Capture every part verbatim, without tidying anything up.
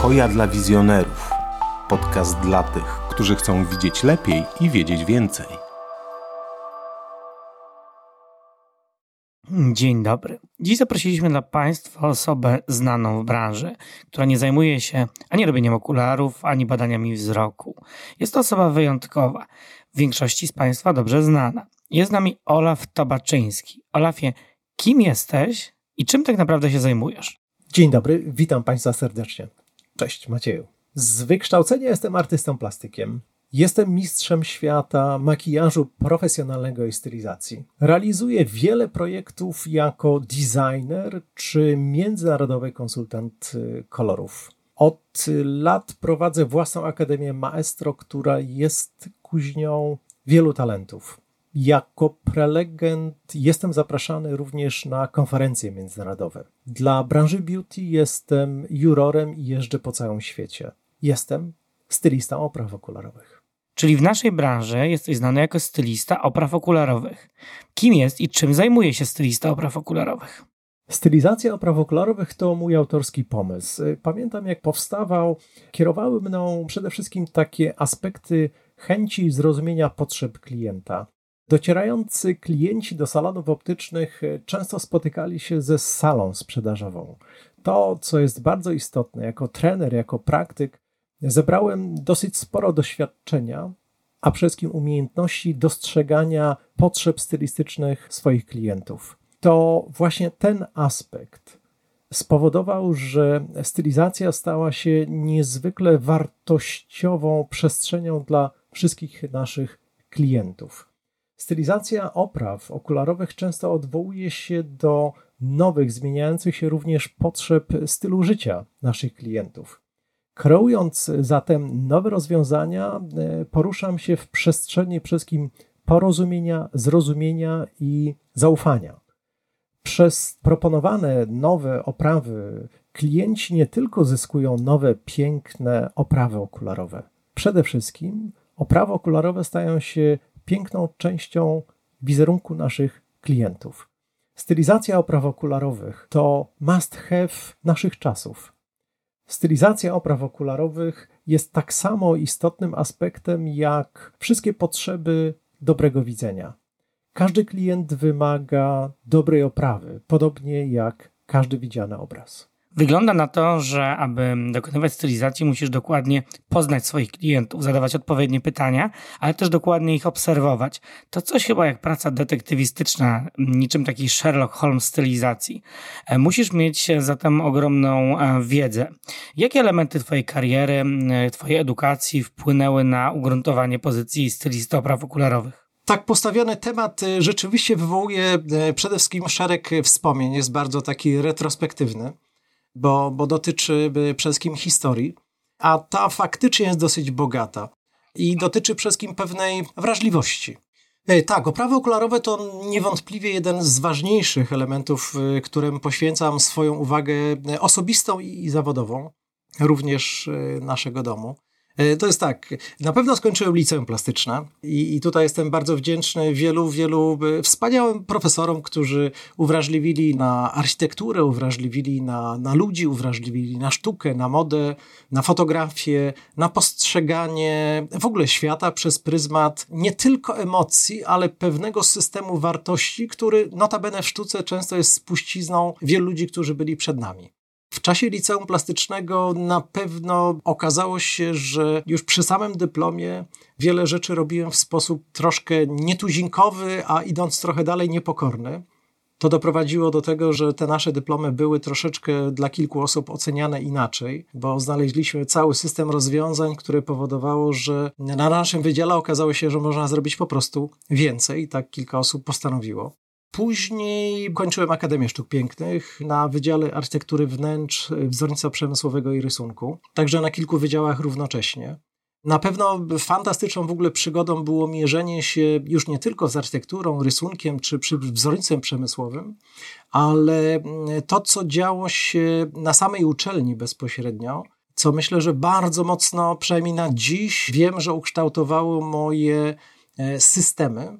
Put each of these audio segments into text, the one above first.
Oja dla wizjonerów. Podcast dla tych, którzy chcą widzieć lepiej i wiedzieć więcej. Dzień dobry. Dziś zaprosiliśmy dla Państwa osobę znaną w branży, która nie zajmuje się ani robieniem okularów, ani badaniami wzroku. Jest to osoba wyjątkowa, w większości z Państwa dobrze znana. Jest z nami Olaf Tabaczyński. Olafie, kim jesteś i czym tak naprawdę się zajmujesz? Dzień dobry, witam Państwa serdecznie. Cześć, Macieju. Z wykształcenia jestem artystą plastykiem. Jestem mistrzem świata makijażu profesjonalnego i stylizacji. Realizuję wiele projektów jako designer czy międzynarodowy konsultant kolorów. Od lat prowadzę własną Akademię Maestro, która jest kuźnią wielu talentów. Jako prelegent jestem zapraszany również na konferencje międzynarodowe. Dla branży beauty jestem jurorem i jeżdżę po całym świecie. Jestem stylistą opraw okularowych. Czyli w naszej branży jesteś znany jako stylista opraw okularowych. Kim jest i czym zajmuje się stylista opraw okularowych? Stylizacja opraw okularowych to mój autorski pomysł. Pamiętam, jak powstawał, kierowały mną przede wszystkim takie aspekty chęci zrozumienia potrzeb klienta. Docierający klienci do salonów optycznych często spotykali się ze salą sprzedażową. To, co jest bardzo istotne, jako trener, jako praktyk, zebrałem dosyć sporo doświadczenia, a przede wszystkim umiejętności dostrzegania potrzeb stylistycznych swoich klientów. To właśnie ten aspekt spowodował, że stylizacja stała się niezwykle wartościową przestrzenią dla wszystkich naszych klientów. Stylizacja opraw okularowych często odwołuje się do nowych, zmieniających się również potrzeb stylu życia naszych klientów. Kreując zatem nowe rozwiązania, poruszam się w przestrzeni przede wszystkim porozumienia, zrozumienia i zaufania. Przez proponowane nowe oprawy klienci nie tylko zyskują nowe, piękne oprawy okularowe. Przede wszystkim oprawy okularowe stają się piękną częścią wizerunku naszych klientów. Stylizacja opraw okularowych to must have naszych czasów. Stylizacja opraw okularowych jest tak samo istotnym aspektem jak wszystkie potrzeby dobrego widzenia. Każdy klient wymaga dobrej oprawy, podobnie jak każdy widziany obraz. Wygląda na to, że aby dokonywać stylizacji, musisz dokładnie poznać swoich klientów, zadawać odpowiednie pytania, ale też dokładnie ich obserwować. To coś chyba jak praca detektywistyczna, niczym taki Sherlock Holmes stylizacji. Musisz mieć zatem ogromną wiedzę. Jakie elementy twojej kariery, twojej edukacji wpłynęły na ugruntowanie pozycji stylisty opraw okularowych? Tak postawiony temat rzeczywiście wywołuje przede wszystkim szereg wspomnień. Jest bardzo taki retrospektywny. Bo, bo dotyczy przede wszystkim historii, a ta faktycznie jest dosyć bogata i dotyczy przede wszystkim pewnej wrażliwości. Tak, oprawy okularowe to niewątpliwie jeden z ważniejszych elementów, którym poświęcam swoją uwagę osobistą i zawodową, również naszego domu. To jest tak, na pewno skończyłem liceum plastyczne i, i tutaj jestem bardzo wdzięczny wielu, wielu wspaniałym profesorom, którzy uwrażliwili na architekturę, uwrażliwili na, na ludzi, uwrażliwili na sztukę, na modę, na fotografię, na postrzeganie w ogóle świata przez pryzmat nie tylko emocji, ale pewnego systemu wartości, który notabene w sztuce często jest spuścizną wielu ludzi, którzy byli przed nami. W czasie liceum plastycznego na pewno okazało się, że już przy samym dyplomie wiele rzeczy robiłem w sposób troszkę nietuzinkowy, a idąc trochę dalej niepokorny. To doprowadziło do tego, że te nasze dyplomy były troszeczkę dla kilku osób oceniane inaczej, bo znaleźliśmy cały system rozwiązań, które powodowało, że na naszym wydziale okazało się, że można zrobić po prostu więcej. Tak kilka osób postanowiło. Później kończyłem Akademię Sztuk Pięknych na Wydziale Architektury Wnętrz, Wzornictwa Przemysłowego i Rysunku, także na kilku wydziałach równocześnie. Na pewno fantastyczną w ogóle przygodą było mierzenie się już nie tylko z architekturą, rysunkiem czy przy wzornictwem przemysłowym, ale to, co działo się na samej uczelni bezpośrednio, co myślę, że bardzo mocno, przynajmniej na dziś, wiem, że ukształtowało moje systemy,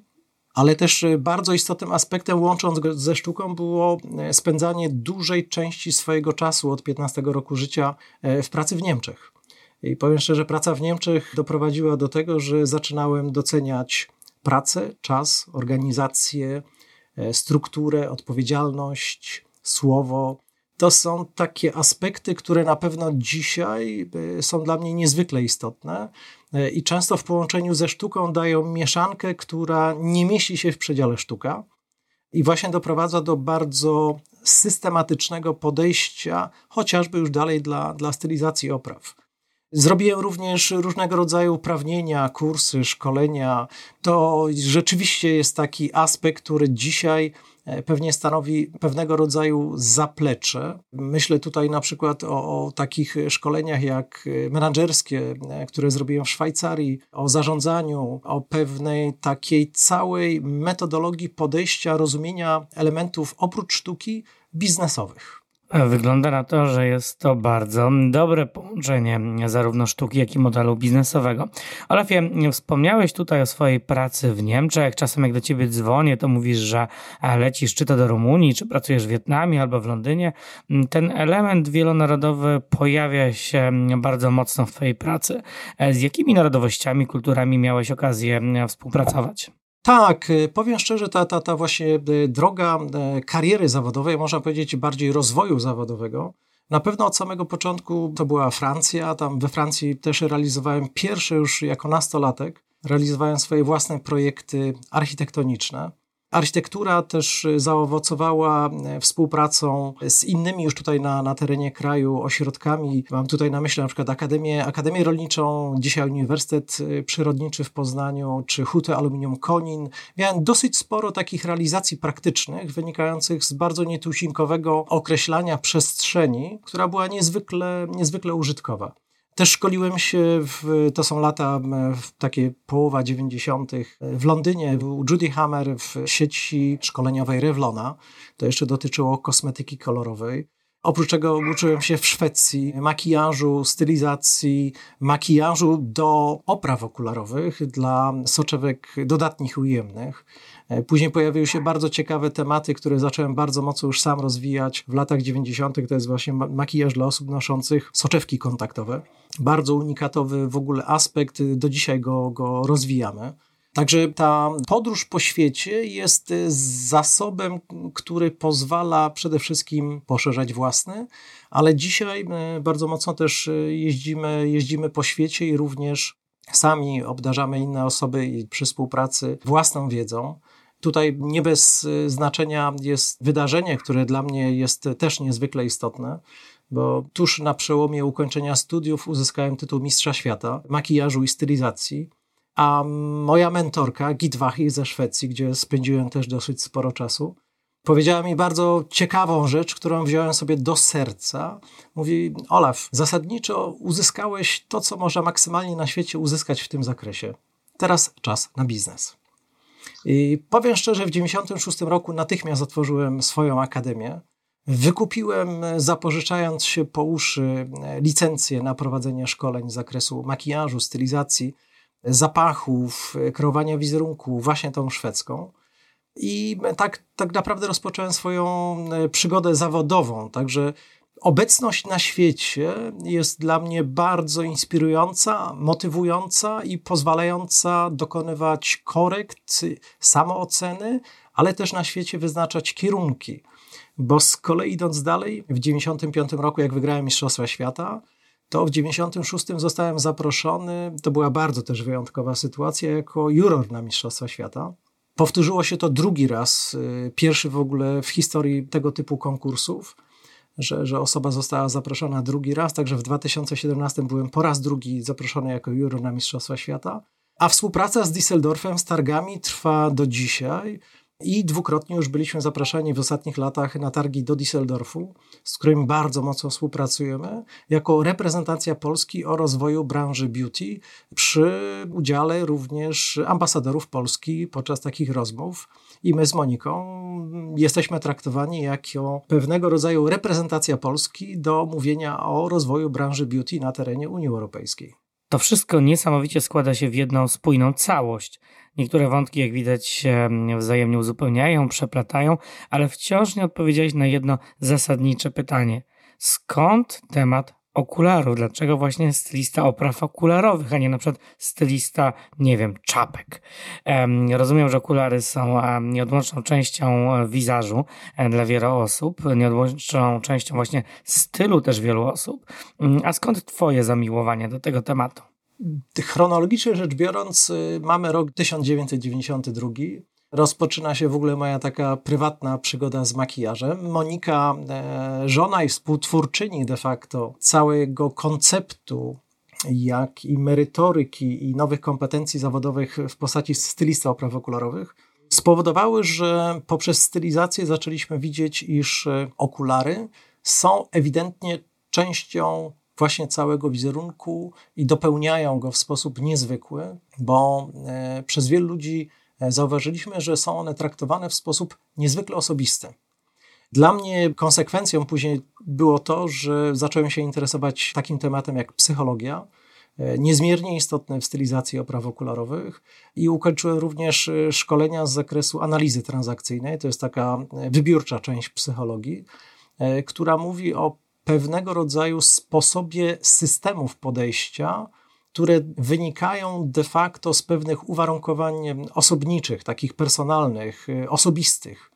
Ale też bardzo istotnym aspektem, łącząc go ze sztuką, było spędzanie dużej części swojego czasu od piętnastego roku życia w pracy w Niemczech. I powiem szczerze, praca w Niemczech doprowadziła do tego, że zaczynałem doceniać pracę, czas, organizację, strukturę, odpowiedzialność, słowo. To są takie aspekty, które na pewno dzisiaj są dla mnie niezwykle istotne i często w połączeniu ze sztuką dają mieszankę, która nie mieści się w przedziale sztuka i właśnie doprowadza do bardzo systematycznego podejścia, chociażby już dalej dla, dla stylizacji opraw. Zrobiłem również różnego rodzaju uprawnienia, kursy, szkolenia. To rzeczywiście jest taki aspekt, który dzisiaj pewnie stanowi pewnego rodzaju zaplecze. Myślę tutaj na przykład o, o takich szkoleniach jak menadżerskie, które zrobiłem w Szwajcarii, o zarządzaniu, o pewnej takiej całej metodologii podejścia, rozumienia elementów oprócz sztuki biznesowych. Wygląda na to, że jest to bardzo dobre połączenie zarówno sztuki, jak i modelu biznesowego. Olafie, wspomniałeś tutaj o swojej pracy w Niemczech. Czasem jak do ciebie dzwonię, to mówisz, że lecisz czy to do Rumunii, czy pracujesz w Wietnamie albo w Londynie. Ten element wielonarodowy pojawia się bardzo mocno w twojej pracy. Z jakimi narodowościami, kulturami miałeś okazję współpracować? Tak, powiem szczerze, ta, ta, ta właśnie droga kariery zawodowej, można powiedzieć bardziej rozwoju zawodowego, na pewno od samego początku to była Francja. Tam we Francji też realizowałem pierwsze już jako nastolatek, realizowałem swoje własne projekty architektoniczne. Architektura też zaowocowała współpracą z innymi już tutaj na, na terenie kraju ośrodkami. Mam tutaj na myśli na przykład Akademię, Akademię Rolniczą, dzisiaj Uniwersytet Przyrodniczy w Poznaniu, czy Hutę Aluminium Konin. Miałem dosyć sporo takich realizacji praktycznych, wynikających z bardzo nietuzinkowego określania przestrzeni, która była niezwykle, niezwykle użytkowa. Też szkoliłem się, w, to są lata w takie połowa dziewięćdziesiątych w Londynie, u Judy Hammer w sieci szkoleniowej Revlona. To jeszcze dotyczyło kosmetyki kolorowej. Oprócz czego uczyłem się w Szwecji makijażu, stylizacji, makijażu do opraw okularowych dla soczewek dodatnich ujemnych. Później pojawiły się bardzo ciekawe tematy, które zacząłem bardzo mocno już sam rozwijać w latach dziewięćdziesiątych. To jest właśnie makijaż dla osób noszących soczewki kontaktowe. Bardzo unikatowy w ogóle aspekt, do dzisiaj go, go rozwijamy. Także ta podróż po świecie jest zasobem, który pozwala przede wszystkim poszerzać własny, ale dzisiaj bardzo mocno też jeździmy, jeździmy po świecie i również sami obdarzamy inne osoby przy współpracy własną wiedzą. Tutaj nie bez znaczenia jest wydarzenie, które dla mnie jest też niezwykle istotne, bo tuż na przełomie ukończenia studiów uzyskałem tytuł Mistrza Świata makijażu i stylizacji, a moja mentorka Gitwachi ze Szwecji, gdzie spędziłem też dosyć sporo czasu, powiedziała mi bardzo ciekawą rzecz, którą wziąłem sobie do serca. Mówi: Olaf, zasadniczo uzyskałeś to, co można maksymalnie na świecie uzyskać w tym zakresie. Teraz czas na biznes. I powiem szczerze, w dziewięćdziesiątym szóstym roku natychmiast otworzyłem swoją akademię. Wykupiłem, zapożyczając się po uszy, licencję na prowadzenie szkoleń z zakresu makijażu, stylizacji, zapachów, kreowania wizerunku, właśnie tą szwedzką. I tak, tak naprawdę rozpocząłem swoją przygodę zawodową. Także obecność na świecie jest dla mnie bardzo inspirująca, motywująca i pozwalająca dokonywać korekt, samooceny, ale też na świecie wyznaczać kierunki. Bo z kolei idąc dalej, w dziewięćdziesiątym piątym roku, jak wygrałem Mistrzostwa Świata, to w dziewięćdziesiątym szóstym zostałem zaproszony, to była bardzo też wyjątkowa sytuacja, jako juror na Mistrzostwa Świata. Powtórzyło się to drugi raz, pierwszy w ogóle w historii tego typu konkursów, że, że osoba została zaproszona drugi raz, także w dwa tysiące siedemnastym byłem po raz drugi zaproszony jako juror na Mistrzostwa Świata, a współpraca z Düsseldorfem, z targami trwa do dzisiaj. I dwukrotnie już byliśmy zapraszani w ostatnich latach na targi do Düsseldorfu, z którymi bardzo mocno współpracujemy, jako reprezentacja Polski o rozwoju branży beauty, przy udziale również ambasadorów Polski podczas takich rozmów. I my z Moniką jesteśmy traktowani jako pewnego rodzaju reprezentacja Polski do mówienia o rozwoju branży beauty na terenie Unii Europejskiej. To wszystko niesamowicie składa się w jedną spójną całość. Niektóre wątki, jak widać, się wzajemnie uzupełniają, przeplatają, ale wciąż nie odpowiedziałeś na jedno zasadnicze pytanie. Skąd temat okularów? Dlaczego właśnie stylista opraw okularowych, a nie na przykład stylista, nie wiem, czapek? Um, rozumiem, że okulary są um, nieodłączną częścią wizażu um, dla wielu osób, nieodłączną częścią właśnie stylu też wielu osób. Um, a skąd twoje zamiłowanie do tego tematu? Chronologicznie rzecz biorąc, mamy rok tysiąc dziewięćset dziewięćdziesiąty drugi. Rozpoczyna się w ogóle moja taka prywatna przygoda z makijażem. Monika, e, żona i współtwórczyni de facto całego konceptu, jak i merytoryki i nowych kompetencji zawodowych w postaci stylista opraw okularowych, spowodowały, że poprzez stylizację zaczęliśmy widzieć, iż okulary są ewidentnie częścią właśnie całego wizerunku i dopełniają go w sposób niezwykły, bo e, przez wielu ludzi zauważyliśmy, że są one traktowane w sposób niezwykle osobisty. Dla mnie konsekwencją później było to, że zacząłem się interesować takim tematem jak psychologia, niezmiernie istotny w stylizacji opraw okularowych, i ukończyłem również szkolenia z zakresu analizy transakcyjnej. To jest taka wybiórcza część psychologii, która mówi o pewnego rodzaju sposobie systemów podejścia, które wynikają de facto z pewnych uwarunkowań osobniczych, takich personalnych, osobistych.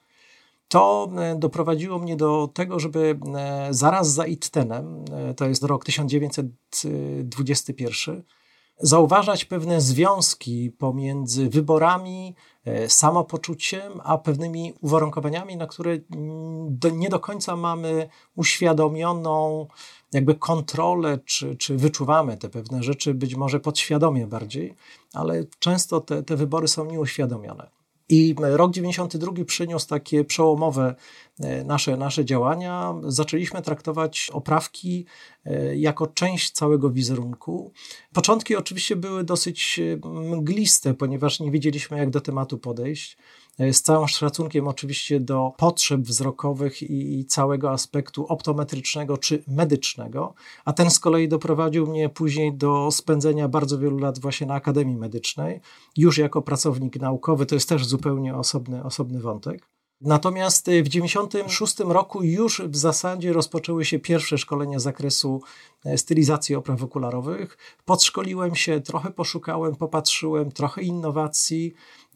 To doprowadziło mnie do tego, żeby zaraz za Ittenem, to jest rok tysiąc dziewięćset dwudziesty pierwszy, zauważać pewne związki pomiędzy wyborami, samopoczuciem, a pewnymi uwarunkowaniami, na które do, nie do końca mamy uświadomioną jakby kontrolę, czy, czy wyczuwamy te pewne rzeczy, być może podświadomie bardziej, ale często te, te wybory są nieuświadomione. I rok dziewięćdziesiąty drugi przyniósł takie przełomowe nasze, nasze działania. Zaczęliśmy traktować oprawki jako część całego wizerunku. Początki oczywiście były dosyć mgliste, ponieważ nie wiedzieliśmy, jak do tematu podejść. Z całym szacunkiem oczywiście do potrzeb wzrokowych i całego aspektu optometrycznego czy medycznego, a ten z kolei doprowadził mnie później do spędzenia bardzo wielu lat właśnie na Akademii Medycznej, już jako pracownik naukowy. To jest też zupełnie osobny, osobny wątek. Natomiast w dziewięćdziesiątym szóstym roku już w zasadzie rozpoczęły się pierwsze szkolenia z zakresu stylizacji opraw okularowych. Podszkoliłem się, trochę poszukałem, popatrzyłem, trochę innowacji,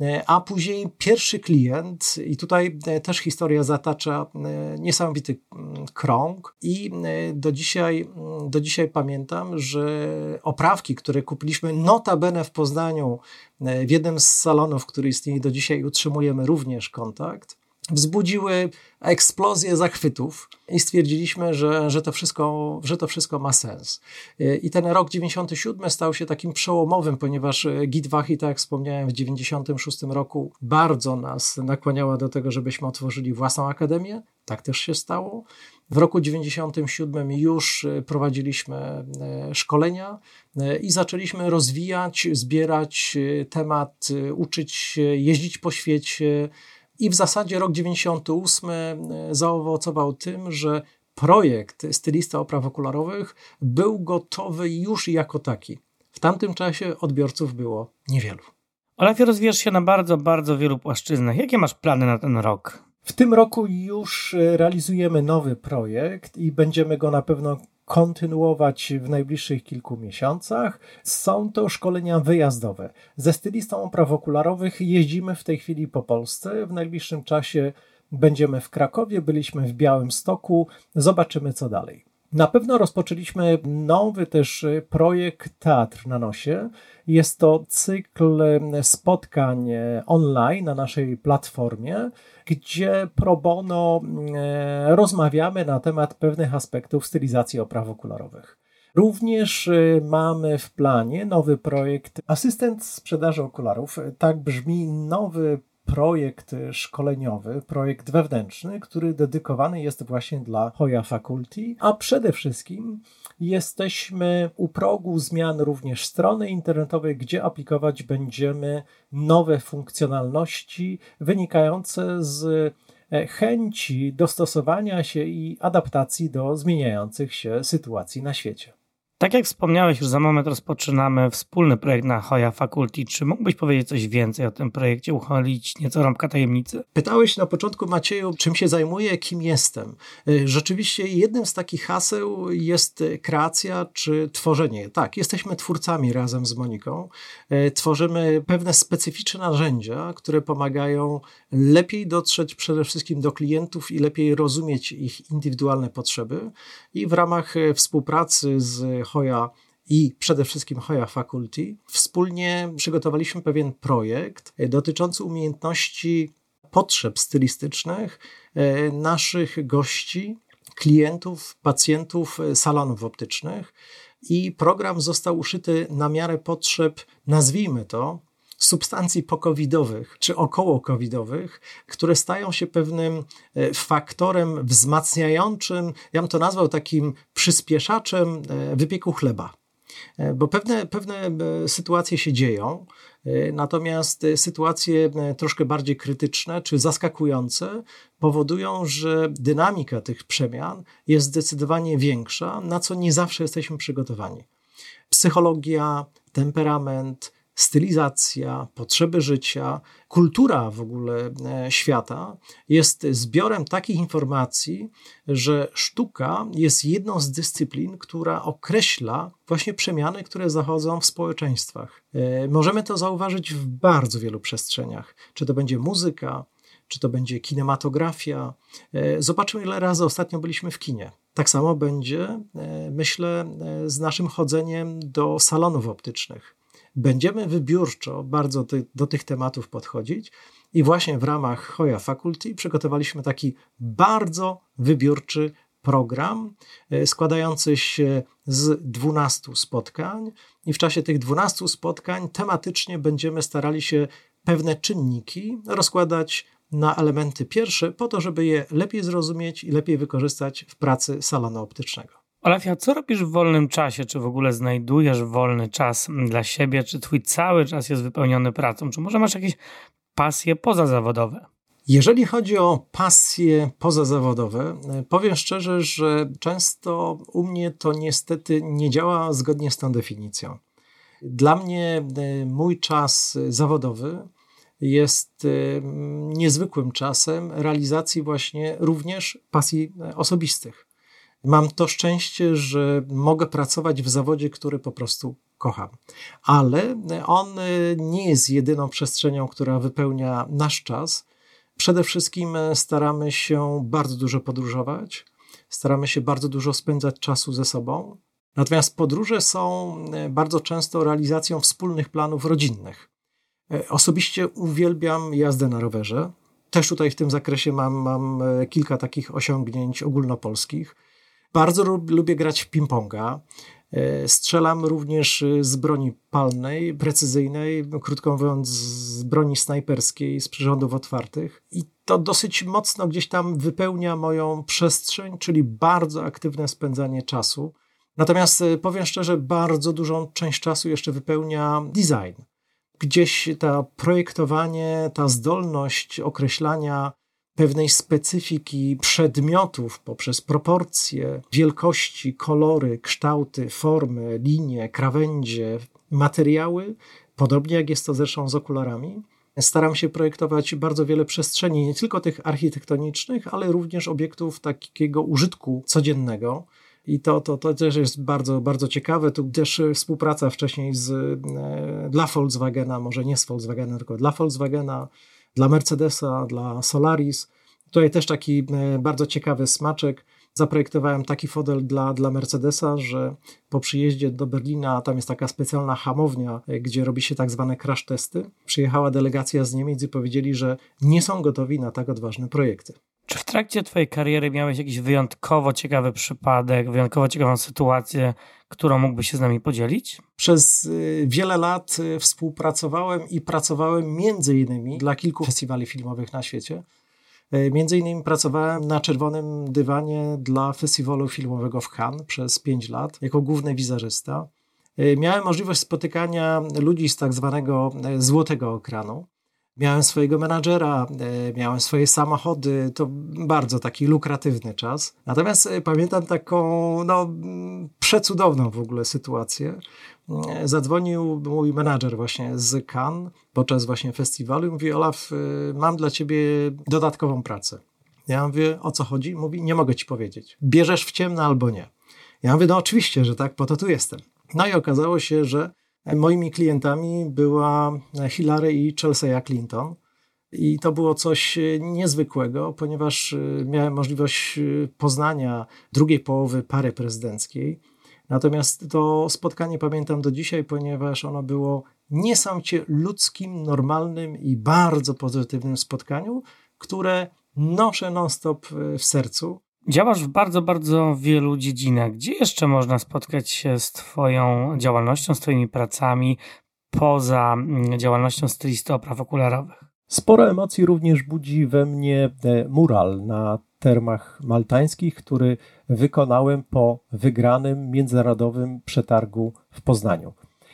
a później pierwszy klient, i tutaj też historia zatacza niesamowity krąg, i do dzisiaj, do dzisiaj pamiętam, że oprawki, które kupiliśmy notabene w Poznaniu, w jednym z salonów, który istnieje do dzisiaj, utrzymujemy również kontakt, wzbudziły eksplozję zachwytów i stwierdziliśmy, że, że, to wszystko, że to wszystko ma sens. I ten rok dziewięćdziesiąty siódmy stał się takim przełomowym, ponieważ Gitwachi, tak jak wspomniałem, w dziewięćdziesiątym szóstym roku bardzo nas nakłaniała do tego, żebyśmy otworzyli własną akademię. Tak też się stało. W roku dziewięćdziesiątym siódmym już prowadziliśmy szkolenia i zaczęliśmy rozwijać, zbierać temat, uczyć się, jeździć po świecie. I w zasadzie rok dziewięćdziesiąty ósmy zaowocował tym, że projekt stylista opraw okularowych był gotowy już jako taki. W tamtym czasie odbiorców było niewielu. Olafie, rozwijasz się na bardzo, bardzo wielu płaszczyznach. Jakie masz plany na ten rok? W tym roku już realizujemy nowy projekt i będziemy go na pewno kontynuować w najbliższych kilku miesiącach. Są to szkolenia wyjazdowe. Ze stylistą opraw okularowych jeździmy w tej chwili po Polsce. W najbliższym czasie będziemy w Krakowie, byliśmy w Białymstoku. Zobaczymy, co dalej. Na pewno rozpoczęliśmy nowy też projekt Teatr na nosie. Jest to cykl spotkań online na naszej platformie, gdzie pro bono rozmawiamy na temat pewnych aspektów stylizacji opraw okularowych. Również mamy w planie nowy projekt Asystent sprzedaży okularów. Tak brzmi nowy projekt szkoleniowy, projekt wewnętrzny, który dedykowany jest właśnie dla Hoya Faculty, a przede wszystkim jesteśmy u progu zmian również strony internetowej, gdzie aplikować będziemy nowe funkcjonalności wynikające z chęci dostosowania się i adaptacji do zmieniających się sytuacji na świecie. Tak jak wspomniałeś, już za moment rozpoczynamy wspólny projekt na Hoya Faculty. Czy mógłbyś powiedzieć coś więcej o tym projekcie, uchylić nieco rąbka tajemnicy? Pytałeś na początku, Macieju, czym się zajmuję, kim jestem. Rzeczywiście jednym z takich haseł jest kreacja czy tworzenie. Tak, jesteśmy twórcami razem z Moniką. Tworzymy pewne specyficzne narzędzia, które pomagają lepiej dotrzeć przede wszystkim do klientów i lepiej rozumieć ich indywidualne potrzeby. I w ramach współpracy z Hoya i przede wszystkim Hoya Faculty wspólnie przygotowaliśmy pewien projekt dotyczący umiejętności potrzeb stylistycznych naszych gości, klientów, pacjentów salonów optycznych i program został uszyty na miarę potrzeb, nazwijmy to, substancji pokowidowych czy około-covidowych, które stają się pewnym faktorem wzmacniającym, ja bym to nazwał takim przyspieszaczem wypieku chleba. Bo pewne, pewne sytuacje się dzieją, natomiast sytuacje troszkę bardziej krytyczne czy zaskakujące powodują, że dynamika tych przemian jest zdecydowanie większa, na co nie zawsze jesteśmy przygotowani. Psychologia, temperament, stylizacja, potrzeby życia, kultura w ogóle świata jest zbiorem takich informacji, że sztuka jest jedną z dyscyplin, która określa właśnie przemiany, które zachodzą w społeczeństwach. Możemy to zauważyć w bardzo wielu przestrzeniach. Czy to będzie muzyka, czy to będzie kinematografia. Zobaczmy, ile razy ostatnio byliśmy w kinie. Tak samo będzie, myślę, z naszym chodzeniem do salonów optycznych. Będziemy wybiórczo bardzo ty, do tych tematów podchodzić i właśnie w ramach Hoya Faculty przygotowaliśmy taki bardzo wybiórczy program składający się z dwunastu spotkań i w czasie tych dwunastu spotkań tematycznie będziemy starali się pewne czynniki rozkładać na elementy pierwsze po to, żeby je lepiej zrozumieć i lepiej wykorzystać w pracy salonu optycznego. Olafia, co robisz w wolnym czasie? Czy w ogóle znajdujesz wolny czas dla siebie? Czy twój cały czas jest wypełniony pracą? Czy może masz jakieś pasje pozazawodowe? Jeżeli chodzi o pasje pozazawodowe, powiem szczerze, że często u mnie to niestety nie działa zgodnie z tą definicją. Dla mnie mój czas zawodowy jest niezwykłym czasem realizacji właśnie również pasji osobistych. Mam to szczęście, że mogę pracować w zawodzie, który po prostu kocham. Ale on nie jest jedyną przestrzenią, która wypełnia nasz czas. Przede wszystkim staramy się bardzo dużo podróżować, staramy się bardzo dużo spędzać czasu ze sobą. Natomiast podróże są bardzo często realizacją wspólnych planów rodzinnych. Osobiście uwielbiam jazdę na rowerze. Też tutaj w tym zakresie mam, mam kilka takich osiągnięć ogólnopolskich. Bardzo lubię grać w ping-ponga. Strzelam również z broni palnej, precyzyjnej, krótko mówiąc z broni snajperskiej, z przyrządów otwartych. I to dosyć mocno gdzieś tam wypełnia moją przestrzeń, czyli bardzo aktywne spędzanie czasu. Natomiast powiem szczerze, bardzo dużą część czasu jeszcze wypełnia design. Gdzieś to projektowanie, ta zdolność określania pewnej specyfiki przedmiotów poprzez proporcje, wielkości, kolory, kształty, formy, linie, krawędzie, materiały, podobnie jak jest to zresztą z okularami. Staram się projektować bardzo wiele przestrzeni, nie tylko tych architektonicznych, ale również obiektów takiego użytku codziennego. I to, to, to też jest bardzo, bardzo ciekawe. Tu też współpraca wcześniej z, e, dla Volkswagena, może nie z Volkswagena, tylko dla Volkswagena, dla Mercedesa, dla Solaris. Tutaj też taki bardzo ciekawy smaczek. Zaprojektowałem taki fotel dla, dla Mercedesa, że po przyjeździe do Berlina, tam jest taka specjalna hamownia, gdzie robi się tak zwane crash testy. Przyjechała delegacja z Niemiec i powiedzieli, że nie są gotowi na tak odważne projekty. Czy w trakcie twojej kariery miałeś jakiś wyjątkowo ciekawy przypadek, wyjątkowo ciekawą sytuację, którą mógłbyś się z nami podzielić? Przez wiele lat współpracowałem i pracowałem między innymi dla kilku festiwali filmowych na świecie. Między innymi pracowałem na czerwonym dywanie dla festiwalu filmowego w Cannes przez pięć lat jako główny wizerzysta. Miałem możliwość spotykania ludzi z tak zwanego złotego ekranu. Miałem swojego menadżera, miałem swoje samochody, to bardzo taki lukratywny czas. Natomiast pamiętam taką no, przecudowną w ogóle sytuację. Zadzwonił mój menadżer właśnie z Cannes podczas właśnie festiwalu i mówi: Olaf, mam dla ciebie dodatkową pracę. Ja mówię: o co chodzi? Mówi: nie mogę ci powiedzieć. Bierzesz w ciemno albo nie. Ja mówię: no oczywiście, że tak, po to tu jestem. No i okazało się, że moimi klientami była Hillary i Chelsea Clinton i to było coś niezwykłego, ponieważ miałem możliwość poznania drugiej połowy pary prezydenckiej. Natomiast to spotkanie pamiętam do dzisiaj, ponieważ ono było niesamowicie ludzkim, normalnym i bardzo pozytywnym spotkaniu, które noszę non-stop w sercu. Działasz w bardzo, bardzo wielu dziedzinach. Gdzie jeszcze można spotkać się z twoją działalnością, z twoimi pracami poza działalnością stylisty opraw okularowych? Sporo emocji również budzi we mnie mural na termach maltańskich, który wykonałem po wygranym międzynarodowym przetargu w Poznaniu.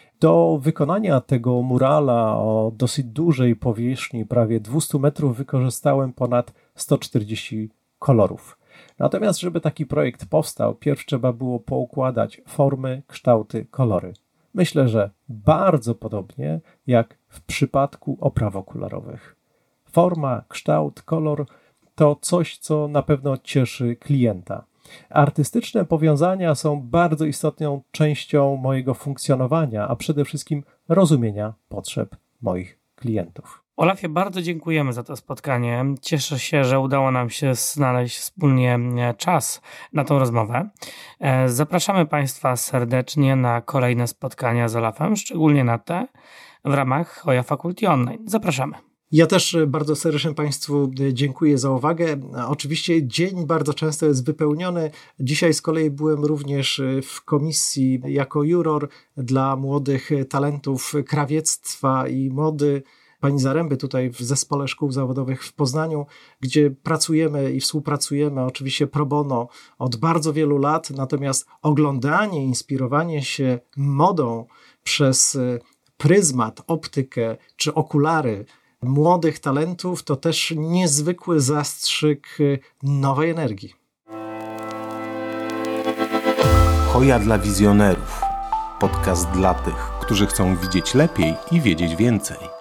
Do wykonania tego murala o dosyć dużej powierzchni, prawie dwieście metrów, wykorzystałem ponad sto czterdzieści kolorów. Natomiast, żeby taki projekt powstał, pierw trzeba było poukładać formy, kształty, kolory. Myślę, że bardzo podobnie jak w przypadku opraw okularowych. Forma, kształt, kolor to coś, co na pewno cieszy klienta. Artystyczne powiązania są bardzo istotną częścią mojego funkcjonowania, a przede wszystkim rozumienia potrzeb moich klientów. Olafie, bardzo dziękujemy za to spotkanie. Cieszę się, że udało nam się znaleźć wspólnie czas na tą rozmowę. Zapraszamy Państwa serdecznie na kolejne spotkania z Olafem, szczególnie na te w ramach Hoya Faculty Online. Zapraszamy. Ja też bardzo serdecznie Państwu dziękuję za uwagę. Oczywiście dzień bardzo często jest wypełniony. Dzisiaj z kolei byłem również w komisji jako juror dla młodych talentów krawiectwa i mody pani Zaręby tutaj w Zespole Szkół Zawodowych w Poznaniu, gdzie pracujemy i współpracujemy oczywiście pro bono od bardzo wielu lat, natomiast oglądanie, inspirowanie się modą przez pryzmat, optykę czy okulary młodych talentów to też niezwykły zastrzyk nowej energii. Hoya dla wizjonerów. Podcast dla tych, którzy chcą widzieć lepiej i wiedzieć więcej.